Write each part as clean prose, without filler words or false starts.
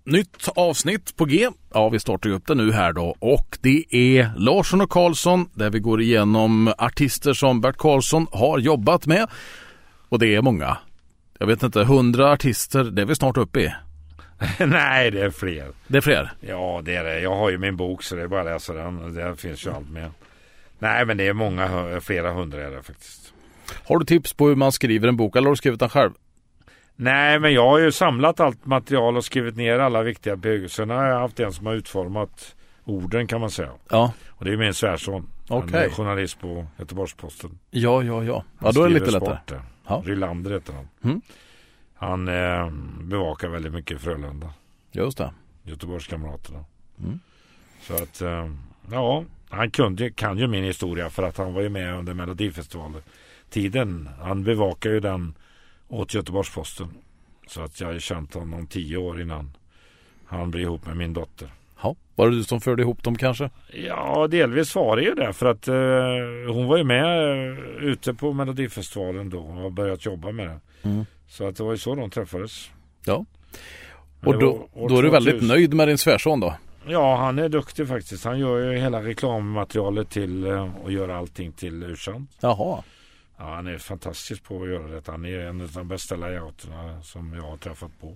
nytt avsnitt på G. Ja, vi startar upp det nu här då. Och det är Larsson och Karlsson där vi går igenom artister som Bert Karlsson har jobbat med. Och det är många. Jag vet inte, 100 artister, det är vi snart uppe i. Nej, det är fler. Det är fler? Ja, det är det. Jag har ju min bok så det är bara att läsa den. Där finns ju allt med. Nej, men det är många, flera hundra är det faktiskt. Har du tips på hur man skriver en bok eller har du skrivit den själv? Nej, men jag har ju samlat allt material och skrivit ner alla viktiga byggelser. Sen har jag haft en som har utformat orden kan man säga. Ja. Och det är min svärson. Okej. Han är journalist på Göteborgs-Posten. Ja. Ja, då är det lite lättare. Ja. Rylander heter han. Mm. Han bevakar väldigt mycket Frölunda. Just det. Göteborgskamraterna. Mm. Så att, ja, han kan ju min historia för att han var ju med under Melodifestivalen-tiden. Han bevakar ju den åt Göteborgs-Posten. Så att jag har känt honom 10 år innan han blev ihop med min dotter. Ja, var det du som förde ihop dem kanske? Ja, delvis var det ju det. För att hon var ju med ute på Melodifestivalen då och har börjat jobba med det. Mm. Så att det var ju så de träffades. Ja. Och då är du väldigt nöjd med din svärson då? Ja, han är duktig faktiskt. Han gör ju hela reklammaterialet till och gör allting till ursant. Jaha. Ja, han är fantastisk på att göra det. Han är en av de bästa layouterna som jag har träffat på.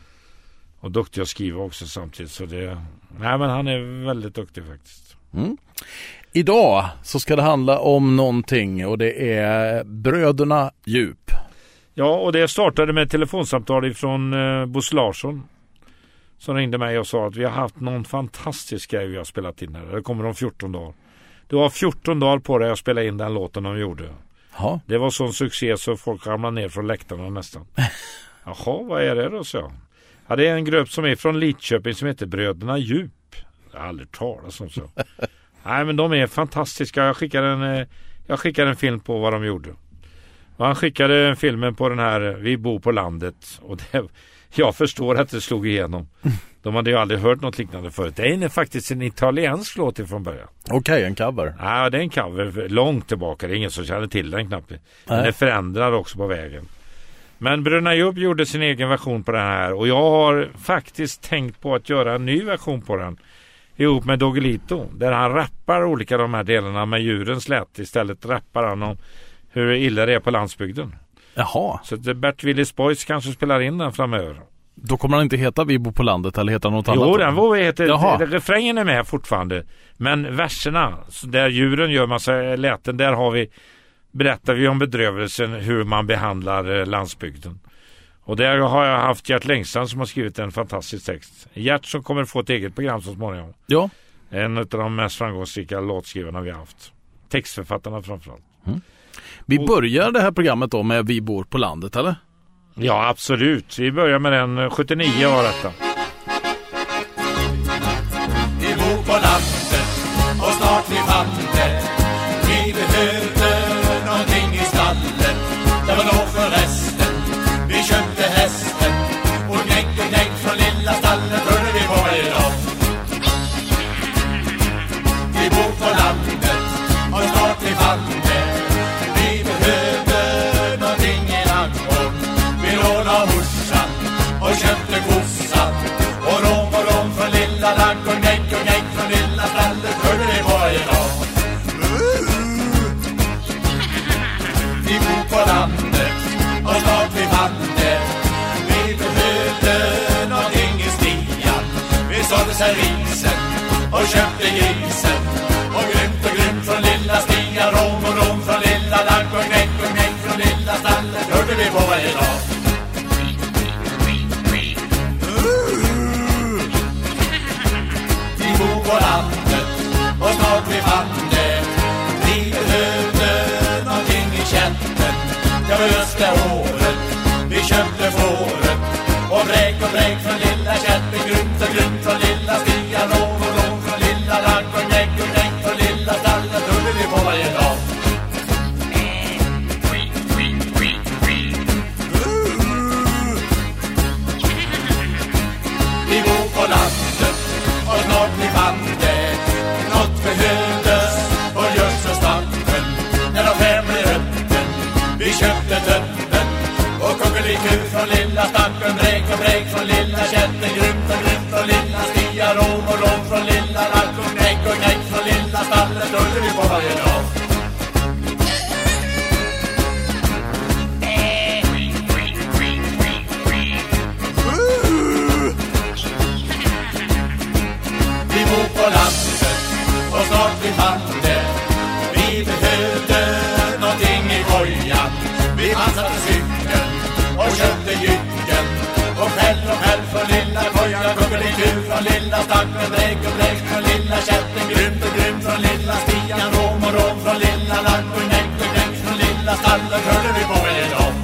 Och duktig att skriva också samtidigt. Så det... Nej, men han är väldigt duktig faktiskt. Mm. Idag så ska det handla om någonting och det är Bröderna Djup. Ja, och det startade med ett telefonsamtal från Bosse Larsson som ringde mig och sa att vi har haft någon fantastisk grej vi har spelat in här. Det kommer om 14 dagar. Du har 14 dagar på dig att spela in den låten de gjorde. Ha. Det var sån succé så folk ramlade ner från läktarna nästan. Jaha, vad är det då, så? Ja, det är en grupp som är från Lidköping som heter Bröderna Djup. Jag har aldrig talat som så. Nej, men de är fantastiska. Jag skickade en film på vad de gjorde. Och han skickade filmen på den här Vi bor på landet. Och jag förstår att det slog igenom. De hade ju aldrig hört något liknande förut. Det är faktiskt en italiensk låt ifrån början. Okej, en cover. Ja, det är en cover långt tillbaka. Det är ingen som känner till den knappt. Men det förändrar också på vägen. Men Bröderna Djup gjorde sin egen version på den här. Och jag har faktiskt tänkt på att göra en ny version på den. Ihop med Doggelito. Där han rappar olika de här delarna med djurens lätt. Istället rappar han om hur illa det är på landsbygden. Jaha. Så att Bert Willis Boys kanske spelar in den framöver. Då kommer han inte heta Vi bor på landet eller heta något annat? Jo, den heter refrängen är med fortfarande. Men verserna, där djuren gör massa läten, där berättar vi om bedrövelsen hur man behandlar landsbygden. Och där har jag haft Gert Längstrand som har skrivit en fantastisk text. Gert som kommer få ett eget program så småningom. Ja. En av de mest framgångsrika låtskrivarna vi har haft. Textförfattarna framförallt. Mm. Vi börjar det här programmet då med Vi bor på landet, eller? Ja, absolut. Vi börjar med den 79 var detta. Vi bor på landet och snart vi fann det. Vi behövde någonting i stallet. Det var nog för resten. Vi köpte hästen och knäck från lilla stallet hörde vi på varje dag. Vi bor på landet och snart vi fann det. Vi behövde någonting i landgård. Vi lånade morsan och köpte kossan. Och rom från lilla lack och knäck från lilla stallet hörde vi på varje dag. Vi bor på landet och snart vi fann det. Vi behövde någonting i stian. Vi sålde servisen och köpte grisen. Och grymt från lilla stian. Rom från lilla lack och knäck från lilla stallet hörde vi på varje dag. Vi bor på landet och snart vi fann det. Vi behövde någonting i kätten. Det var just det året vi köpte fåret. Och bräck från lilla kätten. Grymt från lilla stian. Rom från lilla lack och knäck från lilla stallet hörde vi på varje dag. Vi bor på landet och snart vi fann det. Något behövdes och just så stampen. När de 5 blev öppen. Vi köpte töppen och kuckeliku från lilla stampen. Bräck från lilla kätten. Grymt koja, kuckeliku från lilla stacken, bräck och bräck från lilla kätten, grymt och grymt från lilla stian, rom och rom från lilla lack och näck från lilla stallet, hörde vi på en dag.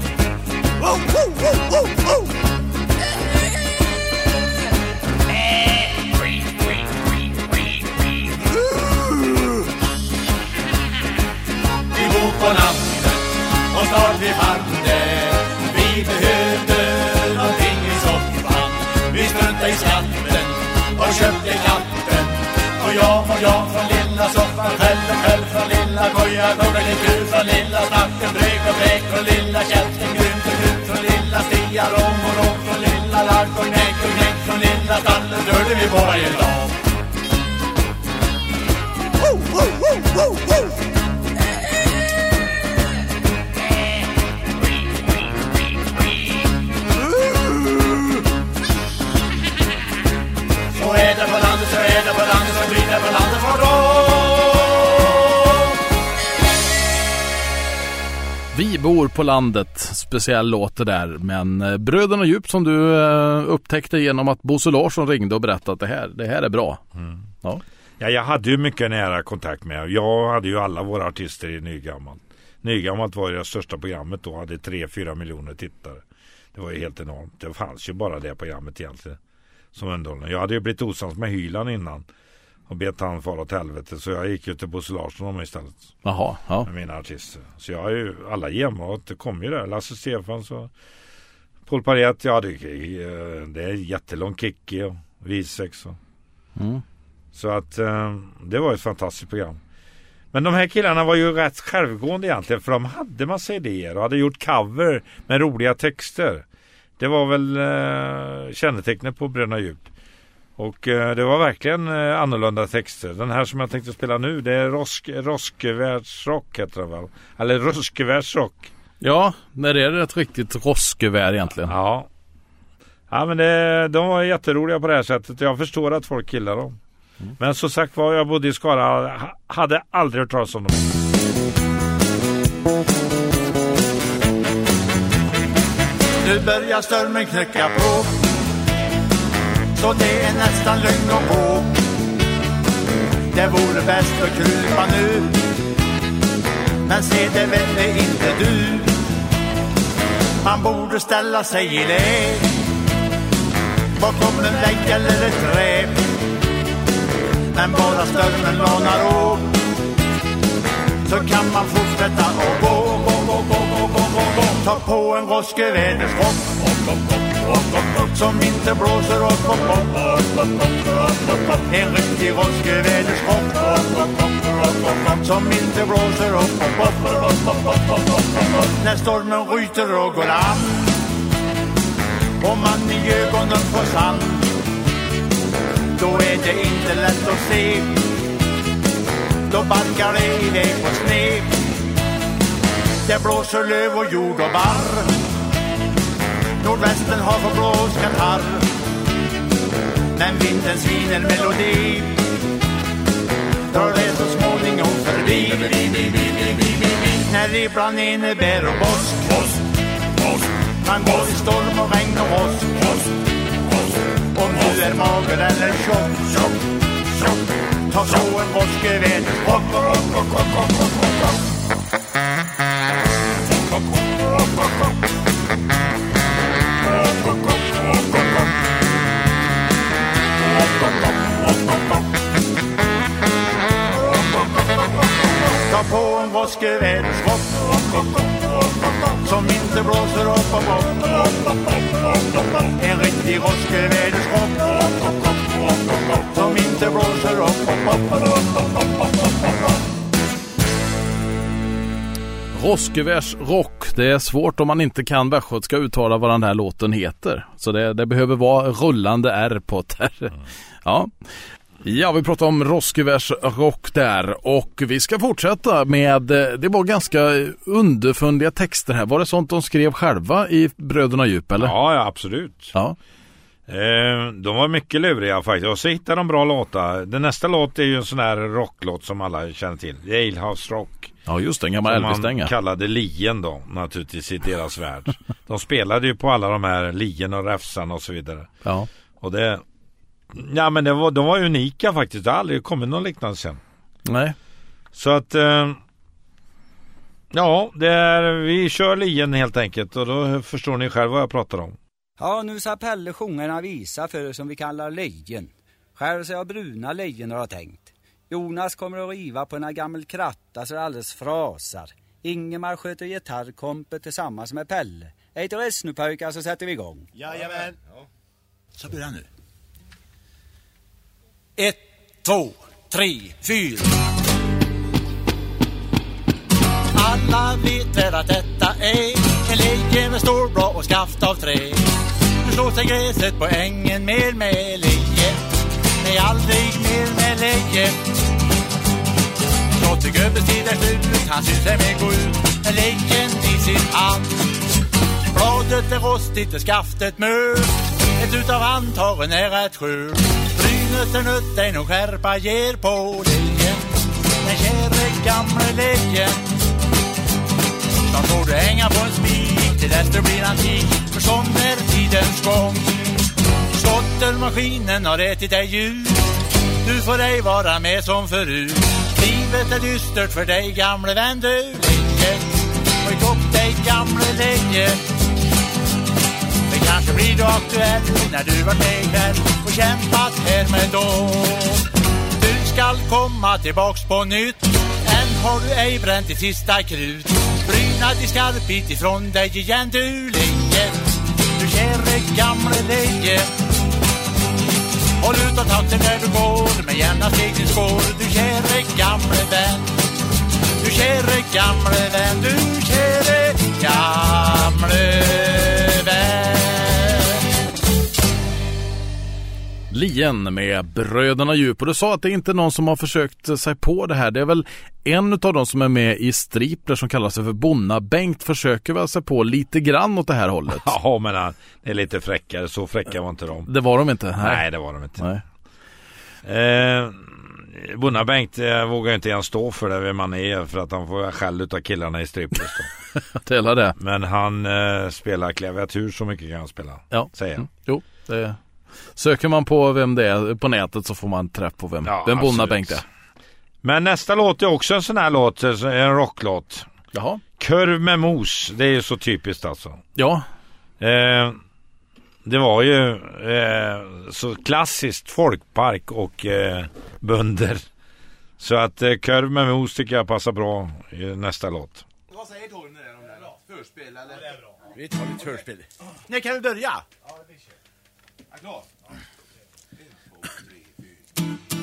Vi bor på landet och snart vi fann det. Vi behövde någonting i soffan. Vi struntade i skatten och köpte katten. Och jag från lilla soffan, själv från lilla koja, kuckeliku från lilla stacken, bräck och bräck från lilla kätten, grymt och grymt från lilla stia, rom och rom från lilla lack och näck från lilla stallet, hörde vi på varje dag. Så är det på landet, så blir det på landet för då. Vi bor på landet, speciell låt det där, men Bröderna Djup som du upptäckte genom att Bosse Larsson ringde och berättade att det här är bra. Mm. Ja. Ja, jag hade ju mycket nära kontakt med. Jag hade ju alla våra artister i Nygammalt. Nygammalt var ju det största programmet då, hade 3-4 miljoner tittare. Det var ju helt enormt. Det fanns ju bara det programmet egentligen som underhållning. Jag hade ju blivit osams med Hyland innan och bett han fara åt helvete, så jag gick ju till Bosse Larsson om istället. Jaha, ja. Med mina artister. Så jag har ju alla genomgått, det kom ju där. Lasse Stefans och Paul Parett, ja det är jättelång Kicki och Visex och så att det var ett fantastiskt program. Men de här killarna var ju rätt självgående egentligen, för de hade massa idéer och hade gjort cover med roliga texter. Det var väl kännetecknet på Bröderna Djup. Och det var verkligen annorlunda texter. Den här som jag tänkte spela nu, det är Roskevärsrock heter det väl? Eller Roskevärsrock. Ja, när det är ett riktigt roskevär egentligen. Ja. Ja, men de var jätteroliga på det här sättet. Jag förstår att folk gillar dem. Men som sagt var, jag bodde i Skara, hade aldrig hört talas om dem. Nu börjar stormen knäcka på, så det är nästan lugn och på. Det vore bäst att krypa nu, men se det vet inte du. Man borde ställa sig i lä bakom en vägg eller ett träd. Men bara stormen lånar upp, så kan man fortsätta och gå. Ta på en roskevädersrock som inte blåser upp. En riktig roskevädersrock som inte blåser upp. När stormen ryter och går an och man i ögonen får sand, då är det inte lätt att se. Då barkar det iväg på sned. Det blåser löv och jord och barr. Nordvästen har för blås katarr, men vinden sviner melodi. Drar det så småningom förbi. När ibland innebär och bosk. Man går i storm och regn och åsk. Om du är mager eller tjock, ta så en roskevädersrock. Ta på en roskevädersrock som inte blåser upp och bort. En riktig roskevädersrock som inte blåser upp och bort. Roskevärsrock, det är svårt om man inte kan västgötska uttala vad den här låten heter. Så det behöver vara rullande R på det. Ja, vi pratar om Roskevärsrock där, och vi ska fortsätta med, det var ganska underfundiga texter här. Var det sånt de skrev själva i Bröderna Djup, eller? Ja, absolut. Ja. De var mycket luriga faktiskt, och så hittade de bra låtar. Den nästa låt är ju en sån här rocklåt som alla känner till, Jailhouse Rock. Ja, just det, en gammal Elvis-stänga. Man kallade lien då, naturligtvis i deras värld. De spelade ju på alla de här lien och räfsan och så vidare. Ja. Och det... Ja, men de var unika faktiskt. Det har aldrig kommit någon liknande sen. Nej. Så att... ja, vi kör lien helt enkelt. Och då förstår ni själv vad jag pratar om. Ja, nu ska Pelle sjunga en visa för det som vi kallar lejen. Själv så jag bruna lejen har jag tänkt. Jonas kommer att riva på en gammal kratta så det alldeles frasar. Ingemar sköter gitarrkompet tillsammans med Pelle. Ett rest nu pojkar, så sätter vi igång. Jajamän. Ja. Så börjar nu. 1, 2, 3, 4. Alla vet väl att detta är en leje med stor blå och skaft av trä. Nu slår sig gräset på ängen mer med leje. Nej, aldrig mer med leje. Så till Göbbes tid är slut, han syns sig med gå ut med lejen i sin hand. Bladet är rostigt och skaftet mör. Ett utav handtagen är ett skör. Brynet är nött, en och skärpa ger på lejen. Den käre gamla lejen. Snart får du hänga på en spik till dess det blir antik. För sån är tidens gång. Slottermaskinen har ätit dig ljud. Du får ej vara med som förut. Livet är dystert för dig gamle vän du leje. Skjut upp dig gamle leje. Det kanske blir du aktuell när du var med ikväll och kämpat här med då. Du skall komma tillbaks på nytt. Än har du ej bränt i sista krut. Brynad i skarpbit ifrån dig igen du leje. Du käre gamle leje. Håll ut och takten när du går med jämna steg din skår. Du käre gamle vän. Du käre gamle vän. Du käre gamle vän. Lien med Bröderna Djup. Och du sa att det inte är någon som har försökt sig på det här. Det är väl en av dem som är med i Stripler som kallar sig för Bonna. Bengt försöker väl sig på lite grann åt det här hållet. Ja, men det är lite fräckare. Så fräcka var inte de. Det var de inte? Nej, det var de inte. Nej. Bonna Bengt vågar inte ens stå för det man är, för att han får skäll utav killarna i Striplers då. Det är det. Men han spelar klaviatur så mycket kan han spela. Ja. Säger jag. Jo, det söker man på vem det är på nätet så får man träff på vem Bonna Bengt är. Men nästa låt är också en sån här låt, en rocklåt. Jaha. Kurv med mos, det är ju så typiskt alltså. Ja. Det var ju så klassiskt folkpark och bönder. Så att kurv med mos tycker jag passar bra i nästa låt. Vad säger Torgen om det? Förspel eller? Ja, det är bra. Vi tar lite förspel. När kan vi börja? Ja, det blir kört. Är du klar? Ja. 1, 2, 3,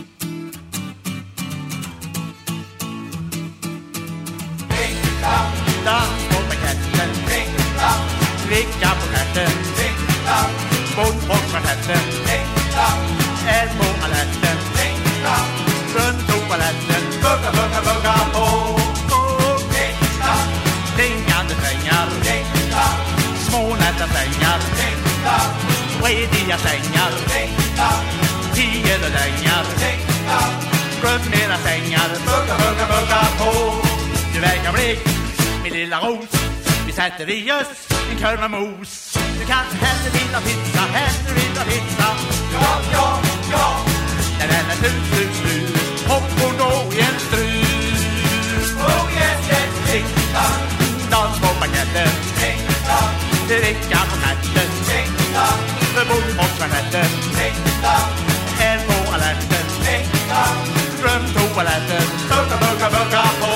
4. Ringklam, dans på paketten. Ringklam, slicka på stjärten. Ringklam, bort på kvartetten. Ringklam, är på aletten. Ringklam, runt toaletten. Bugga, bugga, bugga på. Ringklam, ringande pengar. Ringklam, små nätta sängar. Ringklam, rediga sängar. Ringklam, 10 längar. Ringklam, runt mera sängar. Bugga, bugga, bugga på. Du verkar bli min lilla ros. Vi sätter i oss en kurv med mos. Du kanske hellre vill ha pizza, hellre vill ha pizza. Ja, ja, ja. När den är slut, hopp och då i en strut. Oh yes, yes, pizza. Dans på paketten. Pizza. Dricka på natten. Pizza. Bebor på kvartetten. Pizza. En på alerten. Pizza. Dröm toaletten. Bugga, bugga, bugga på.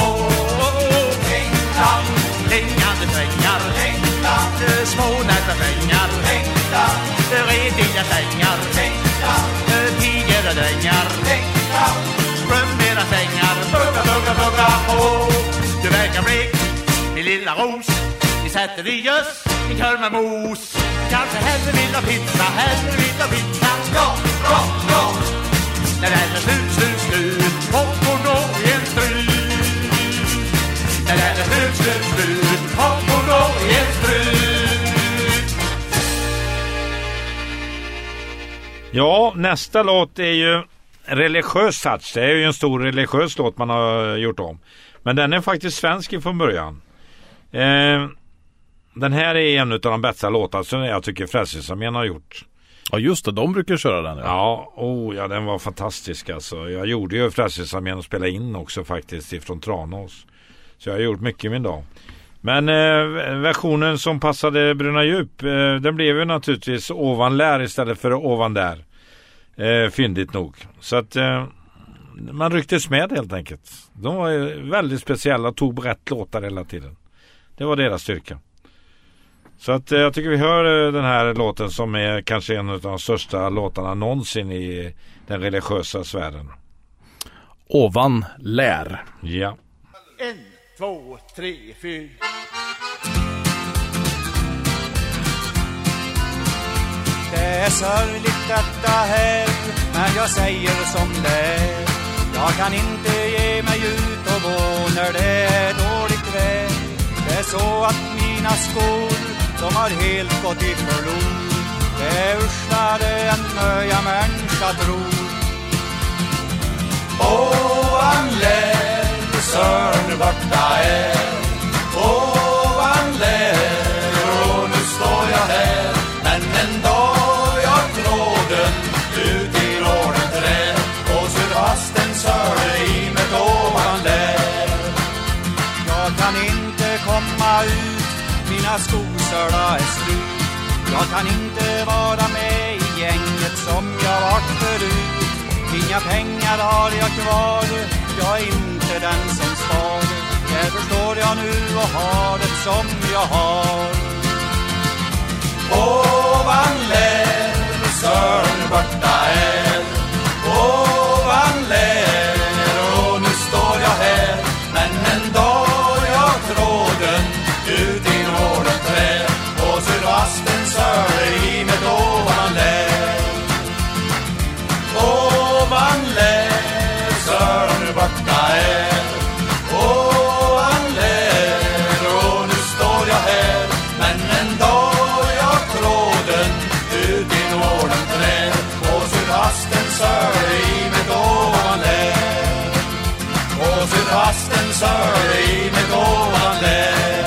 Ringande sängar, små nätta sängar, rediga sängar, 10 drängar, römmera sängar, bugga, bugga, bugga på. Du verkar bli min lilla ros. Vi sätter i oss en kurv med mos. Kanske hellre vill ha pizza, hellre vill ha pizza. Ja, ja, ja. När den är slut, hopp och nå i en strut. När den är slut, hopp och nå i en strut. Ja, nästa låt är ju religiös sats. Det är ju en stor religiös låt man har gjort om. Men den är faktiskt svensk från början. Den här är en av de bästa låtar som jag tycker Frälsningsarmén har gjort. Ja just det, de brukar köra den. Ja, den var fantastisk alltså. Jag gjorde ju Frälsningsarmén och spela in också faktiskt ifrån Tranås. Så jag har gjort mycket i min dag. Men versionen som passade Bröderna Djup, den blev ju naturligtvis ovan lär istället för ovan där. Fyndigt nog. Så att man rycktes med helt enkelt. De var ju väldigt speciella och tog rätt låtar hela tiden. Det var deras styrka. Så att jag tycker vi hör den här låten som är kanske en av de största låtarna någonsin i den religiösa sfären. Ovan lär. Ja. 1, 2, 3, 4. Det är sorgligt detta här, men jag säger som det är. Jag kan inte ge mig ut och gå när det är dåligt väder. Det är så att mina skor, de har helt gått i förlor. Det är urslade en nöja människa tror. Ovan lär, Sörn borta är. Ovan lär, och nu står jag här. Men en dag jag tråden ut i råden träd. Och så fast en Sörn i med ovan lär. Jag kan inte komma ut, mina skosörda är slut. Jag kan inte vara med i gänget som jag varit förut. Inga pengar har jag kvar, jag är inte den som spar. Det förstår jag nu och har det som jag har. Ovan lär, Sörn borta är. Ovan lär, och nu står jag här. Men en dag jag tråden ut i nåden träd. Och så fast en Sörn i med ovan lär. Ovan lär, Sörn borta är. Ovan lär, och nu står jag här. Men en dag jag tråden ut i nåden träd. Och så fast en Sörn i med ovan lär. Och så fast en Sörn i med ovan lär.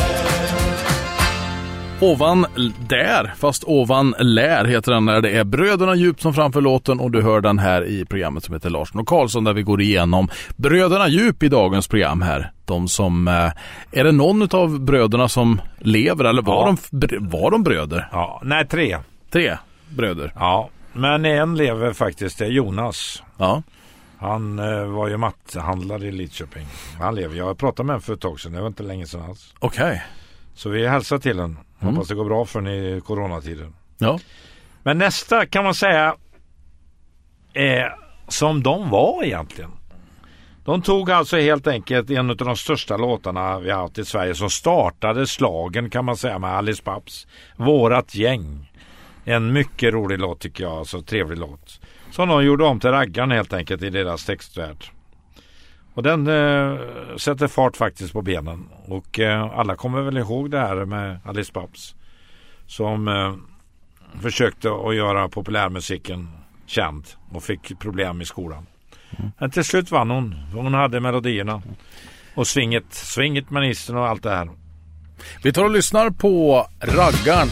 Ovan där, fast ovan lär heter den när det är Bröderna Djup som framför låten, och du hör den här i programmet som heter Larsson och Karlsson där vi går igenom Bröderna Djup i dagens program här. De som, är det någon av bröderna som lever eller var de bröder? Ja, nej 3. 3 bröder. Ja, men en lever faktiskt, det är Jonas. Ja. Han var ju matthandlare i Lidköping. Han lever, jag har pratat med honom för ett tag sedan, det var inte länge sedan alls. Okej. Så vi hälsar till honom. Hoppas det går bra för i coronatiden. Ja. Men nästa kan man säga är som de var egentligen. De tog alltså helt enkelt en av de största låtarna vi har haft i Sverige som startade slagen kan man säga med Alice Babs. Vårat gäng. En mycket rolig låt tycker jag, alltså trevlig låt. Som de gjorde om till raggan helt enkelt i deras textvärld. Och den sätter fart faktiskt på benen. Och alla kommer väl ihåg det här med Alice Babs. Som försökte att göra populärmusiken känd. Och fick problem i skolan. Men till slut vann hon. Hon hade melodierna. Och svinget ministern och allt det här. Vi tar och lyssnar på Raggarn.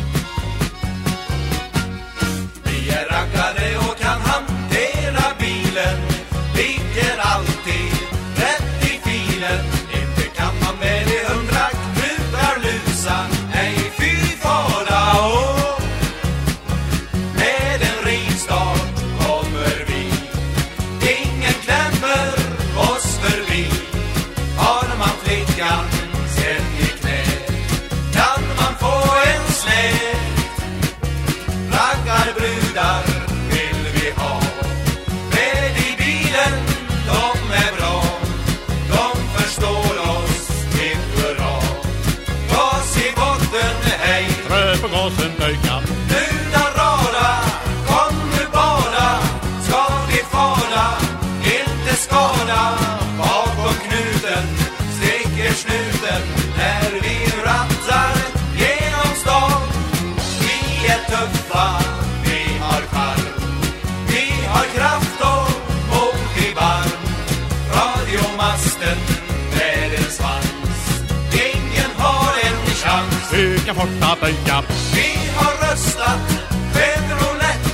Vi är raggare och kan hantera bilen. Ligger alltid rätt i filen. Inte kan man med det 100 knutar lusa. Nej, fy fara och med en rivstart kommer vi. Ingen klämmer oss förbi. Har man flickan sett i knä kan man få en släkt. Raggarbrudar vill vi ha. Med i bilen, de är bra. De förstår oss till bra. Gas i botten, hej. Trö på gasen, nöjka. Brudar rara, kom nu bara. Ska vi fara, inte skada. Bakom knuten, sticker snuten. När vi rattar genom stan. Vi är tuffa, vi har charm. Vi har kraft och mod i barm. Radiomasten med en svans. Ingen har en chans. Öka forta böjka. Vi har röstat Chevrolet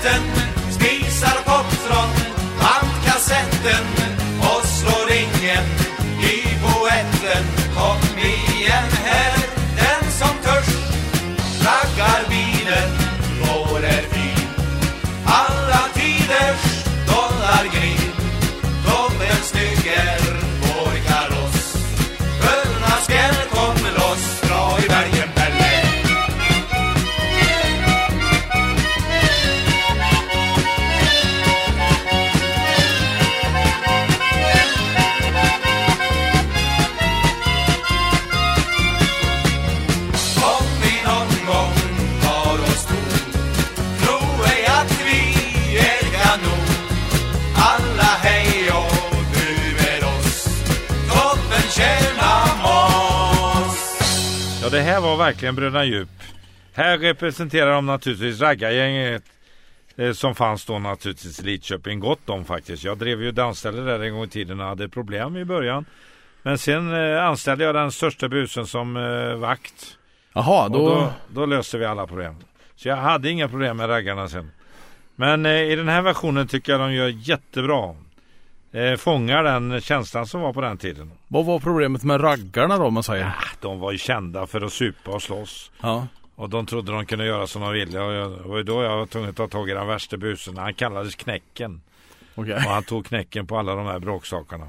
rätten och slår ringen i poetten. Kom igen här, den som törs. Raggarbilen, vår är fin. Alla tiders dollargrin. Toppen snygg är vår kaross. Bröderna skär kommer loss. Dra i bergen Pelle. Det här var verkligen Bröderna Djup. Här representerar de naturligtvis raggargänget som fanns då naturligtvis i Lidköping. Gott om faktiskt. Jag drev ju dansställe där en gång i tiden och hade problem i början. Men sen anställde jag den största busen som vakt. Jaha, då löste vi alla problem. Så jag hade inga problem med raggarna sen. Men i den här versionen tycker jag de gör jättebra. Fångar den känslan som var på den tiden. Vad var problemet med raggarna då, man säger? De var ju kända för att supa och slåss. Ja. Och de trodde de kunde göra som de ville. Och då jag var tvungen att ta tag i den värsta busen. Han kallades Knäcken. Okay. Och han tog knäcken på alla de här bråksakerna.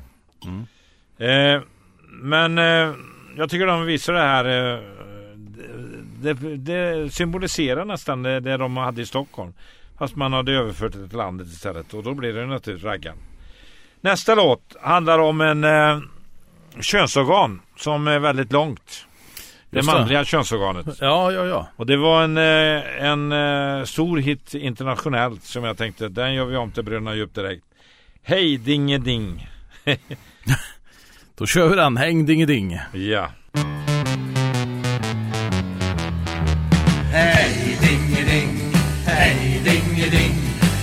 Men jag tycker de visar det här. Det symboliserar nästan det de hade i Stockholm. Fast man hade överfört det till landet istället. Och då blir det naturligtvis raggan. Nästa låt handlar om en könsorgan som är väldigt långt. Det manliga könsorganet. Ja. Och det var en stor hit internationellt som jag tänkte, den gör vi om till Bröderna Djup direkt. Hej ding-ding. Då kör vi den, häng ding-ding. Ja. Hej ding-ding, hej ding-ding.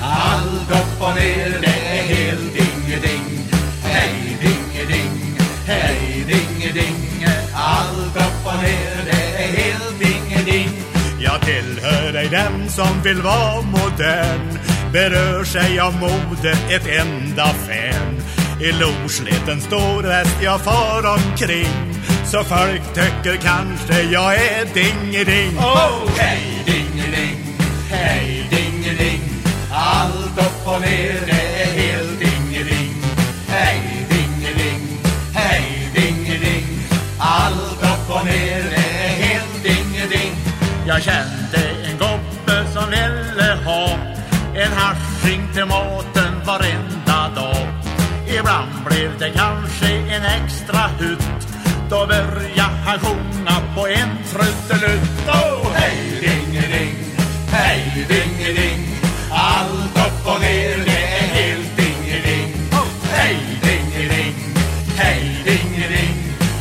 Allt upp och ner, det är helt ding-ding. Hej ding-ding, hej ding-ding. Allt upp och ner, det är helt ding-ding. Jag tillhör dig den som vill vara modern. Berör sig av mode ett enda fan. I Lorslätten står häst jag far omkring. Så folk tycker kanske jag är ding-ding. Oh, hej ding-ding, hej ding-ding. Allt upp och ner, det är helt ding-ding. Hej ding-ding, hej ding-ding. Allt upp och ner, det är helt ding-ding. Jag kände en gubbe som ville ha en hasching till maten varenda dag. Ibland blev det kanske en extra hytt. Då började han sjunga på en trudelutt. Oh, hej ding-ding, hej ding-ding. Allt upp och ner, det är helt ding-ding. Oh, hej ding-ding, hej ding-ding.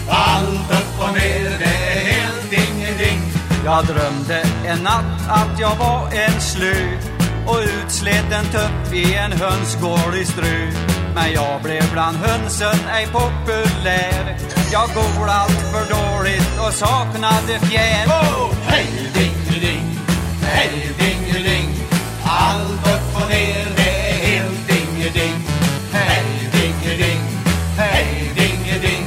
Allt upp och ner, det är helt ding-ding. Jag drömde en natt att jag var en slö och utslet en tupp i en hönsgård i Strö. Men jag blev bland hönsen ej populär. Jag går allt för dåligt och saknade fjär. Oh, hej ding-ding, hej ding-ding. Allt upp och ner, det är helt ding-ding. Hej ding-ding, hej ding-ding.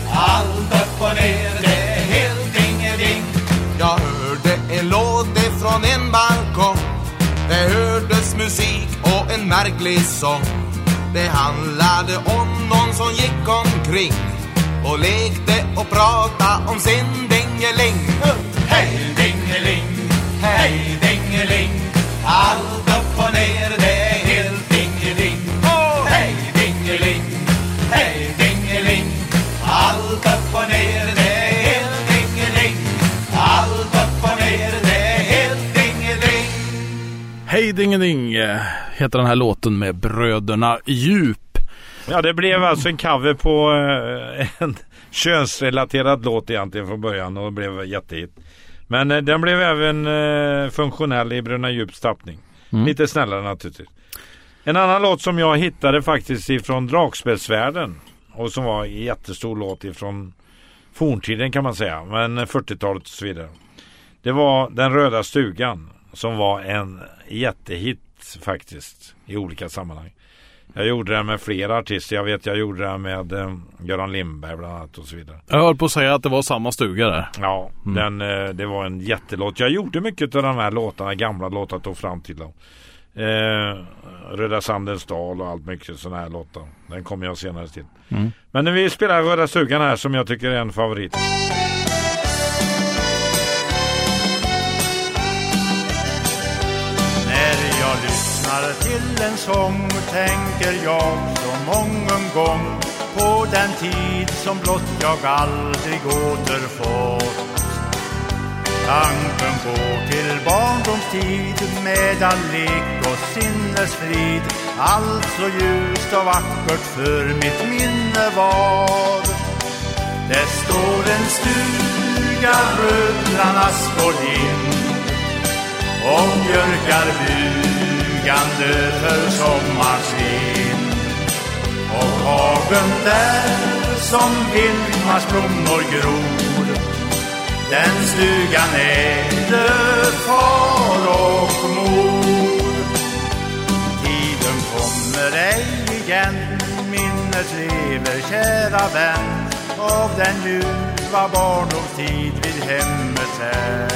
Allt upp och ner, det är helt ding-ding. Jag hörde en låt från en balkong. Det hördes musik och en märklig sång. Det handlade om någon som gick omkring och lekte och pratade om sin dingeling. Hej dingeling, hej dingeling. Allt upp och ner, det är helt dingeling. Hej dingeling, hej dingeling. Allt upp och ner, det är helt dingeling. Allt upp och ner, det är helt dingeling. Hej ding-ding heter den här låten med Bröderna Djup. Ja, det blev alltså en cover på en könsrelaterad låt egentligen från början och blev jättehit. Men den blev även funktionell i Bröderna Djups tappning. Lite snällare naturligtvis. En annan låt som jag hittade faktiskt ifrån Dragspelsvärlden och som var en jättestor låt ifrån forntiden kan man säga, men 40-talet och så vidare. Det var Den röda stugan som var en jättehit faktiskt i olika sammanhang. Jag gjorde det med flera artister. Jag vet jag gjorde det med Göran Lindberg bland annat och så vidare. Jag höll på att säga att det var samma stuga där. Ja, det var en jättelåt. Jag gjorde mycket av de här låtarna, gamla låtar tog fram till dem. Röda Sandens dal och allt mycket sådana här låtar. Den kommer jag senare till. Men när vi spelar Röda stugan här som jag tycker är en favorit. När jag lyssnar till en sång tänker jag så mången gång på den tid som blott jag aldrig återfått. Tanken går till barndomstid med all lek och sinnesfrid. Allt så ljust och vackert för mitt minne var. Det står en stuga röd bland ask och lind och björkar bugande för sommarens vind. Och hagen där som vildmars blommor gror, den stugan ägde far och mor. Tiden kommer ej igen, minnet lever kära vän av den ljuva barndomstid vid hemmet här.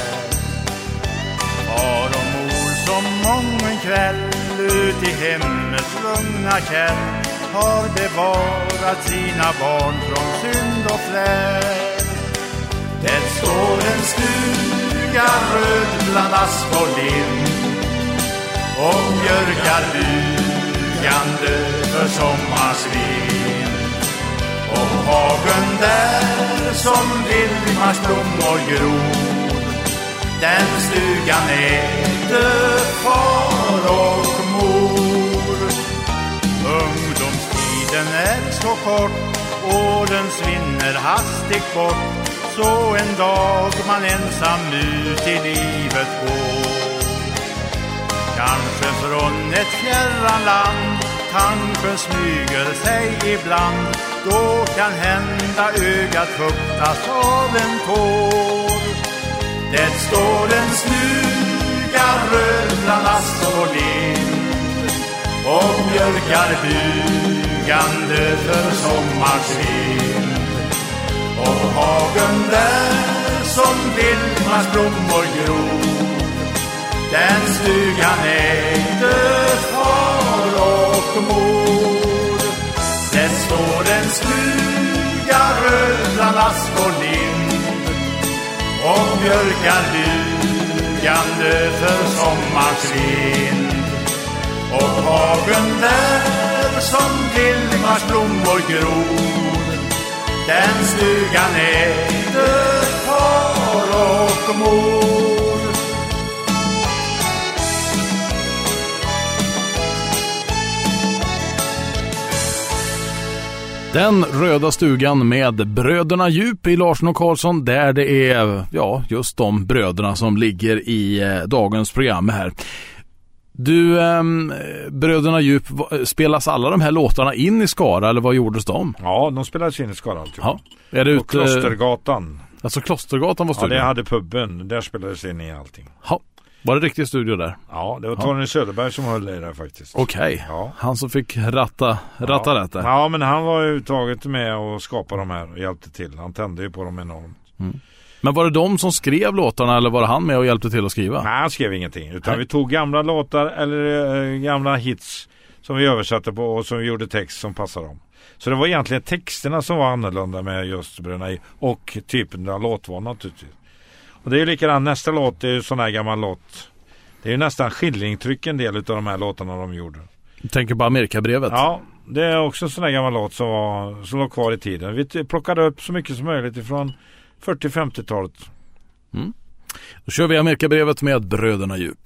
Far och mor som mången kväll ut i hemmets lugna käll har bevarat sina barn från synd och flär. Det står en stuga röd bland ask och lind och björkar bugande för sommars vind. Och hagen där som vildmars blommor gror, den stugan ägde far och mor. Ungdomstiden är så kort, åren svinner hastigt bort. Så en dag man ensam ut i livet går. Kanske från ett fjärran land tanken smyger sig ibland. Då kan hända ögat fuktas av en tår. Det står en stuga röd bland ask och lind och björkar bugande för sommars vind. Och hagen där som vildmars blommor gror, den stugan ägde far och mor. Det står en stuga röd bland ask och lind och björkar bugande för sommars vind. Och hagen där som vildmars blommor gror, den stugan ägde far och mor. Den röda stugan med bröderna Djup i Larsson och Karlsson, där det är just de bröderna som ligger i dagens program här. Du, bröderna Djup, spelas alla de här låtarna in i Skara eller vad gjordes de? Ja, de spelades in i Skara alltid. Ja. Är det Klostergatan. Alltså Klostergatan var studion? Ja, det hade puben. Där spelades in i allting. Ja. Var det riktig studio där? Ja, det var Tony Söderberg som höll i där faktiskt. Okej. Ja. Han som fick ratta rätt där. Ja, men han var ju taget med och skapade de här och hjälpte till. Han tände ju på dem enormt. Men var det de som skrev låtarna eller var det han med och hjälpte till att skriva? Nej, han skrev ingenting. Utan vi tog gamla låtar eller gamla hits som vi översatte på och som vi gjorde text som passade dem. Så det var egentligen texterna som var annorlunda med just Bröderna Djup och typen av låtval naturligtvis. Och det är ju likadant, nästa låt, det är ju sån här gammal låt. Det är ju nästan skillingtryck en del av de här låtarna de gjorde. Du tänker på Amerikabrevet? Ja, det är också en sån här gammal låt som låg kvar i tiden. Vi plockade upp så mycket som möjligt ifrån 40-50-talet. Då kör vi Amerikabrevet med Bröderna Djup.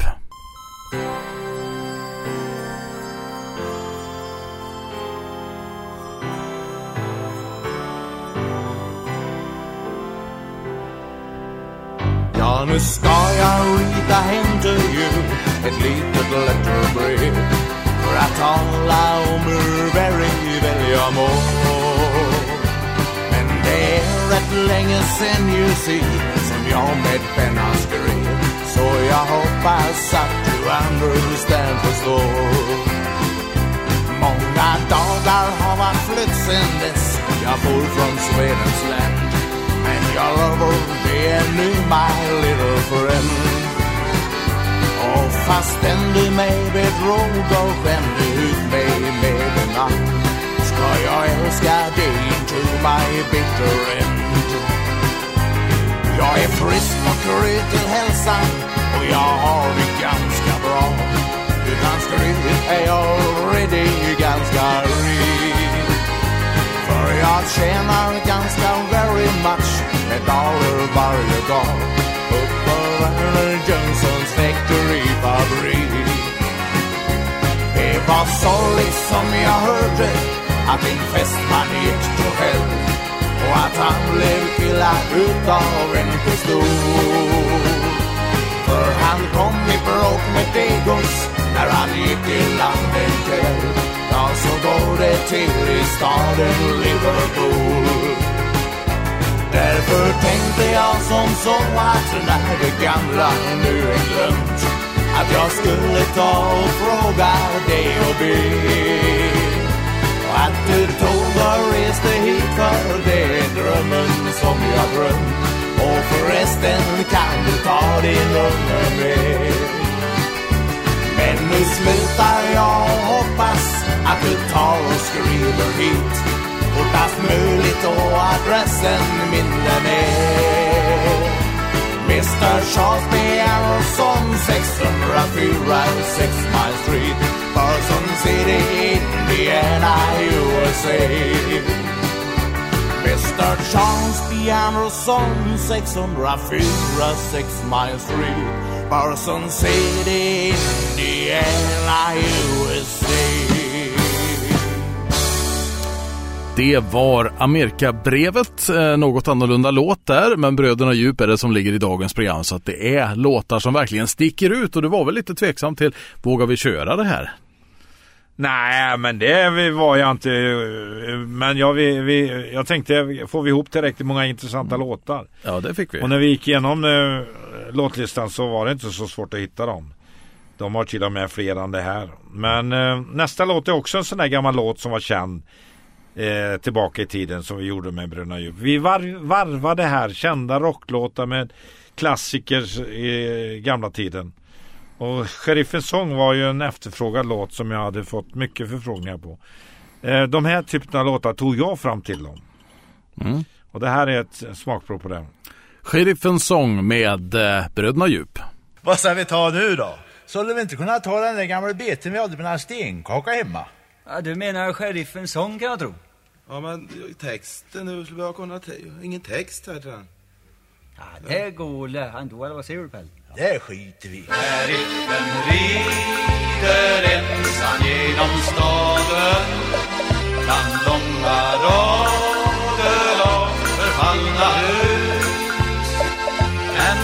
Ja, nu ska jag rita hem till jul ett litet letterbrev för att tala om hur very väl jag mår. Men det är rätt länge sen you see som jag med penna skrev, så jag hoppas att du understand, förstår. Många Var har man flytt sen dess? Jag for från Svedens land. Men jag lovar, det är nu my little friend. Och fastän du mig bedrog och skämde ut mig med en natt, ska jag älska dig into my bitter end. Jag är frisk och kry till hälsan och jag har det ganska bra. Utan skryt är jag already ganska rik. För jag tjänar ganska very much med dollar varje dag upp på Werner Johnsons factory-fabrik. Det var sorgligt som jag hörde att din fästman gick till hell och att han blev killad utav en pistol. För han kom i bråk med Degos när han gick i land en kväll. Ja, så går det till i staden Liverpool. Därför tänkte jag som så att när det gamla nu är glömt, att jag skulle ta och fråga dig och be. Och att du tog och reste hit, för det är drömmen som jag drömt. Och förresten kan du ta din unge med. Men nu slutar jag och hoppas att du tar och skriver hit fortast möjligt och adressen minne med. Mr. Charles B. Anderson, 604 6 Mile Street, Carson City, Indiana, USA. Mr. Charles B. Anderson, 604 6 Mile Street, Carson City, Indiana, USA. Det var Amerikabrevet, något annorlunda låt där, men Bröderna Djup är det som ligger i dagens program, så att det är låtar som verkligen sticker ut. Och du var väl lite tveksam till, vågar vi köra det här? Nej, men det var jag inte. Men jag tänkte, får vi ihop tillräckligt många intressanta låtar? Ja, det fick vi. Och när vi gick igenom låtlistan så var det inte så svårt att hitta dem. De har till och med fler än det här. Men nästa låt är också en sån där gammal låt som var känd tillbaka i tiden, som vi gjorde med Bröderna Djup. Vi varvade här kända rocklåtar med klassiker i gamla tiden. Och Sheriffens sång var ju en efterfrågad låt som jag hade fått mycket förfrågningar på. De här typerna av låtar tog jag fram till dem. Och det här är ett smakprov på det. Sheriffens sång med Bröderna Djup. Vad ska vi ta nu då? Skulle vi inte kunna ta den där gamla beten vi hade med en stenkaka hemma? Ja, du menar Sheriffens sång, kan jag tro. Ja, men texten, nu skulle vi ha kunnat ingen text här till den. Ja, det går det ändå, eller vad säger du, Pell? Det skiter vi. Sheriffen rider ensam genom staden, bland långa rader av förfallna hus. En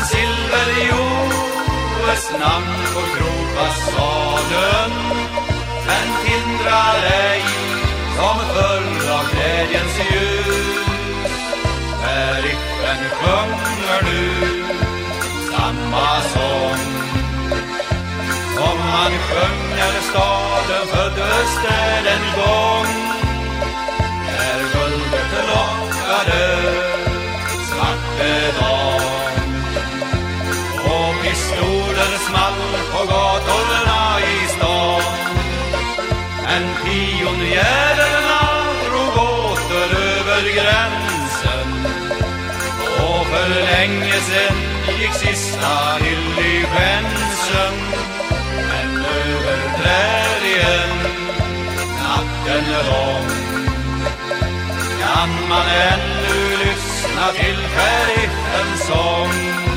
silverjoes namn på krogfasaden, men hindrar ej som full av glädjens ljus. Sheriffen sjunger nu samma sång som han sjöng när staden föddes där en gång. När guldet lockade svarte dag och pistoler small på gatorna i stan. Men pionjärerna drog åter över gränsen, och för länge sen gick sista diligensen. Men över prärien natten lång kan man ännu lyssna till sheriffens sång.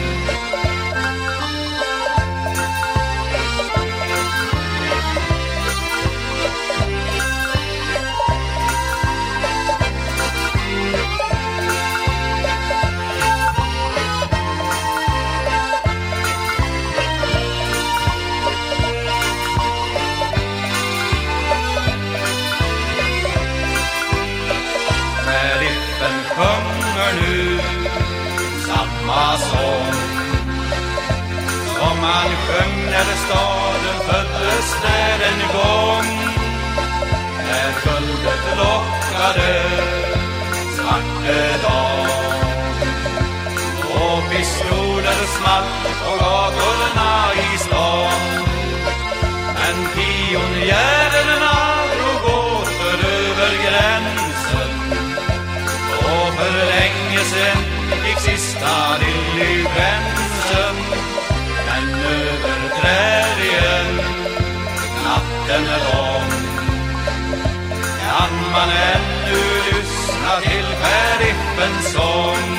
Sjunger nu samma sång som han sjöng när staden föddes där en gång. När guldet stundade svarte dag. Och pistoler small på gatorna i stan. Men pionjärerna drog åter över gränsen. Och för länge sen gick sista diligensen. Men över prärien natten är lång. Kan man ännu lyssna till sheriffens sång.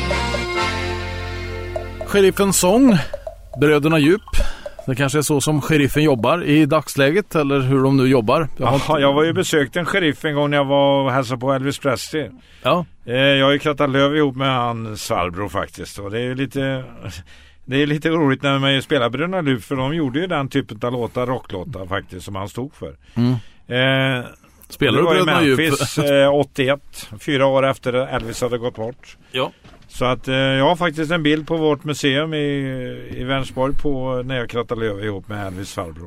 Sheriffens sång, Bröderna Djup. Det kanske är så som sheriffen jobbar i dagsläget, eller hur de nu jobbar. Jag var ju besökt en sheriff en gång när jag var och hälsade på Elvis Presley. Ja. Jag har ju krattat löv ihop med hans farbror faktiskt. Och det är lite roligt när man spelar Bröderna Djup, för de gjorde ju den typen av låtar, rocklåtar faktiskt, som han stod för. Spelar du Bröderna Djup? Memphis 81, 4 år efter Elvis hade gått bort. Ja. Så att jag har faktiskt en bild på vårt museum i Vänersborg på när jag krattade löv ihop med Elvis farbror.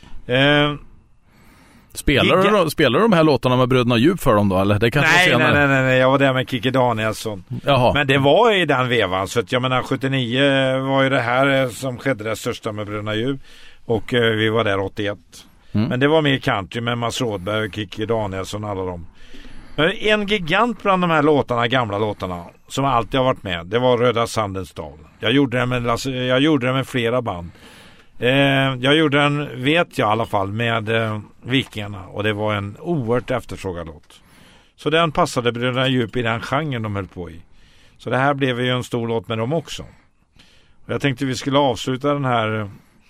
Spelar du de här låtarna med Bröderna Djup för dem då? Eller? Det kanske nej, jag var där med Kikki Danielsson. Jaha. Men det var i den vevan, så att jag menar 79 var ju det här som skedde det största med Bröderna Djup. Och vi var där 81. Men det var mer country med Mats Rådberg och Kikki Danielsson och alla dem. En gigant bland de här låtarna, gamla låtarna, som alltid har varit med, det var Röda Sandens dal. Jag gjorde det med flera band. Jag gjorde den, vet jag i alla fall, med Vikingarna, och det var en oerhört efterfrågad låt. Så den passade Bröderna Djup i den genren de höll på i. Så det här blev ju en stor låt med dem också. Och jag tänkte vi skulle avsluta den här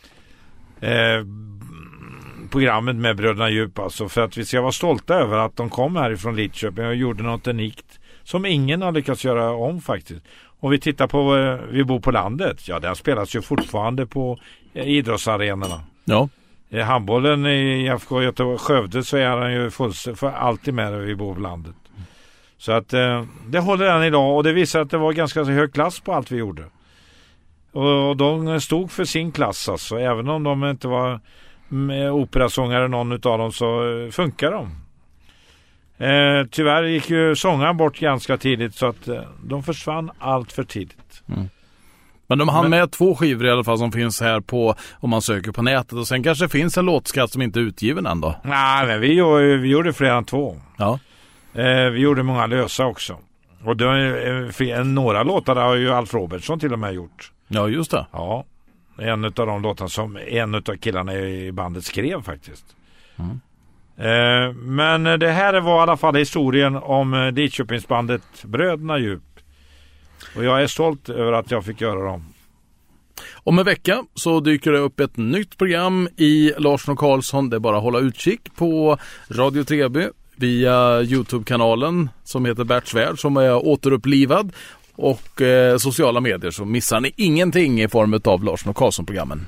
programmet med Bröderna Djup, alltså, för att vi ska vara stolta över att de kom härifrån Lidköping och gjorde något unikt som ingen har lyckats göra om faktiskt. Och vi tittar på Vi bor på landet. Ja, den spelas ju fortfarande på idrottsarenorna. Ja. Handbollen i IFK Göteborg Skövde, så är den ju för alltid med Vi bor på landet. Så att det håller den idag, och det visar att det var ganska hög klass på allt vi gjorde. Och de stod för sin klass alltså, även om de inte var operasångare någon utav dem, så funkar de. Tyvärr gick ju sångaren bort ganska tidigt, så att de försvann allt för tidigt. Men de hann med 2 skivor i alla fall som finns här på, om man söker på nätet, och sen kanske finns en låtskatt som inte är utgiven än då. Nej, men vi gjorde fler än 2. Ja. Vi gjorde många lösa också. Och några låtar har ju Alf Robertsson till och med gjort. Ja, just det. Ja. En av de låtarna som en av killarna i bandet skrev faktiskt. Men det här var i alla fall historien om Lidköpingsbandet Bröderna Djup. Och jag är stolt över att jag fick göra dem. Om en vecka så dyker det upp ett nytt program i Larsson och Karlsson. Det är bara att hålla utkik på Radio Treby via YouTube-kanalen som heter Berts Värld, som är återupplivad, och sociala medier, så missar ni ingenting i form av Larsson och Karlsson-programmen.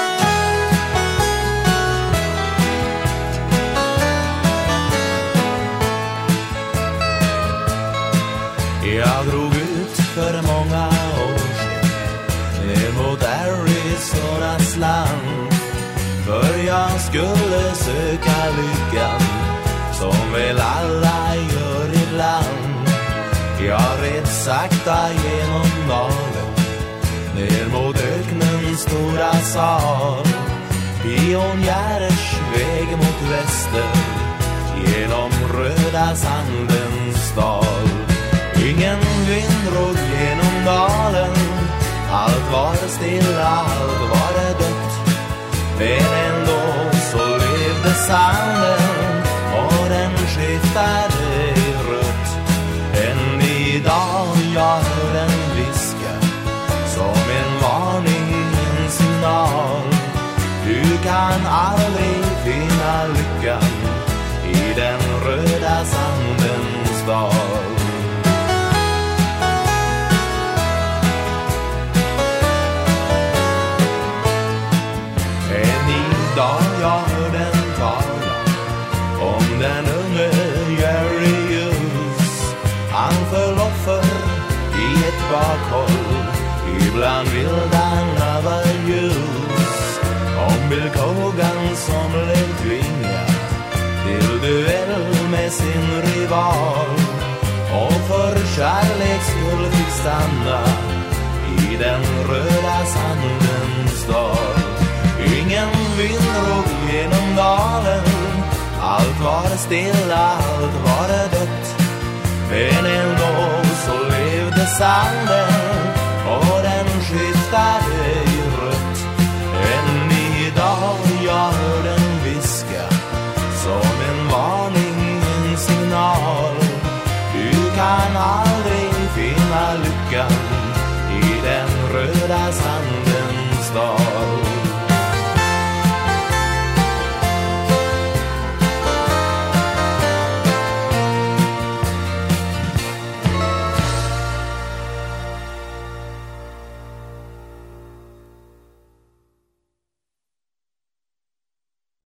Jag drog ut för många år sedan ner mot Arizonas land, för jag skulle söka lyckan som väl alla gör ibland. Jag red sakta genom dalen ner mot öknens stora sal, pionjärers väg mot väster genom Röda Sandens dal. Ingen vind drog genom dalen, allt var stilla, allt var dött. Men ändå så levde sanden och den skiftade rött. Än idag jag hör den viska som en varning, en signal. Du kan aldrig finna lyckan i den Röda Sandens dal. Idag jag hör den tala om den unge Jerry Hughes. Han föll offer i ett bakhåll ibland vilda ljus. Om Bill Cogan som blev tvingad till duell med sin rival. skal, och för kärlek skull fick stanna i den röda sandens dal. Ingen vind drog genom dalen, allt var stilla, allt var dött. Men ändå så levde sanden och den skiftade i rött. Än idag jag hör den viska som en varning, en signal. Du kan aldrig finna lyckan i den röda sanden.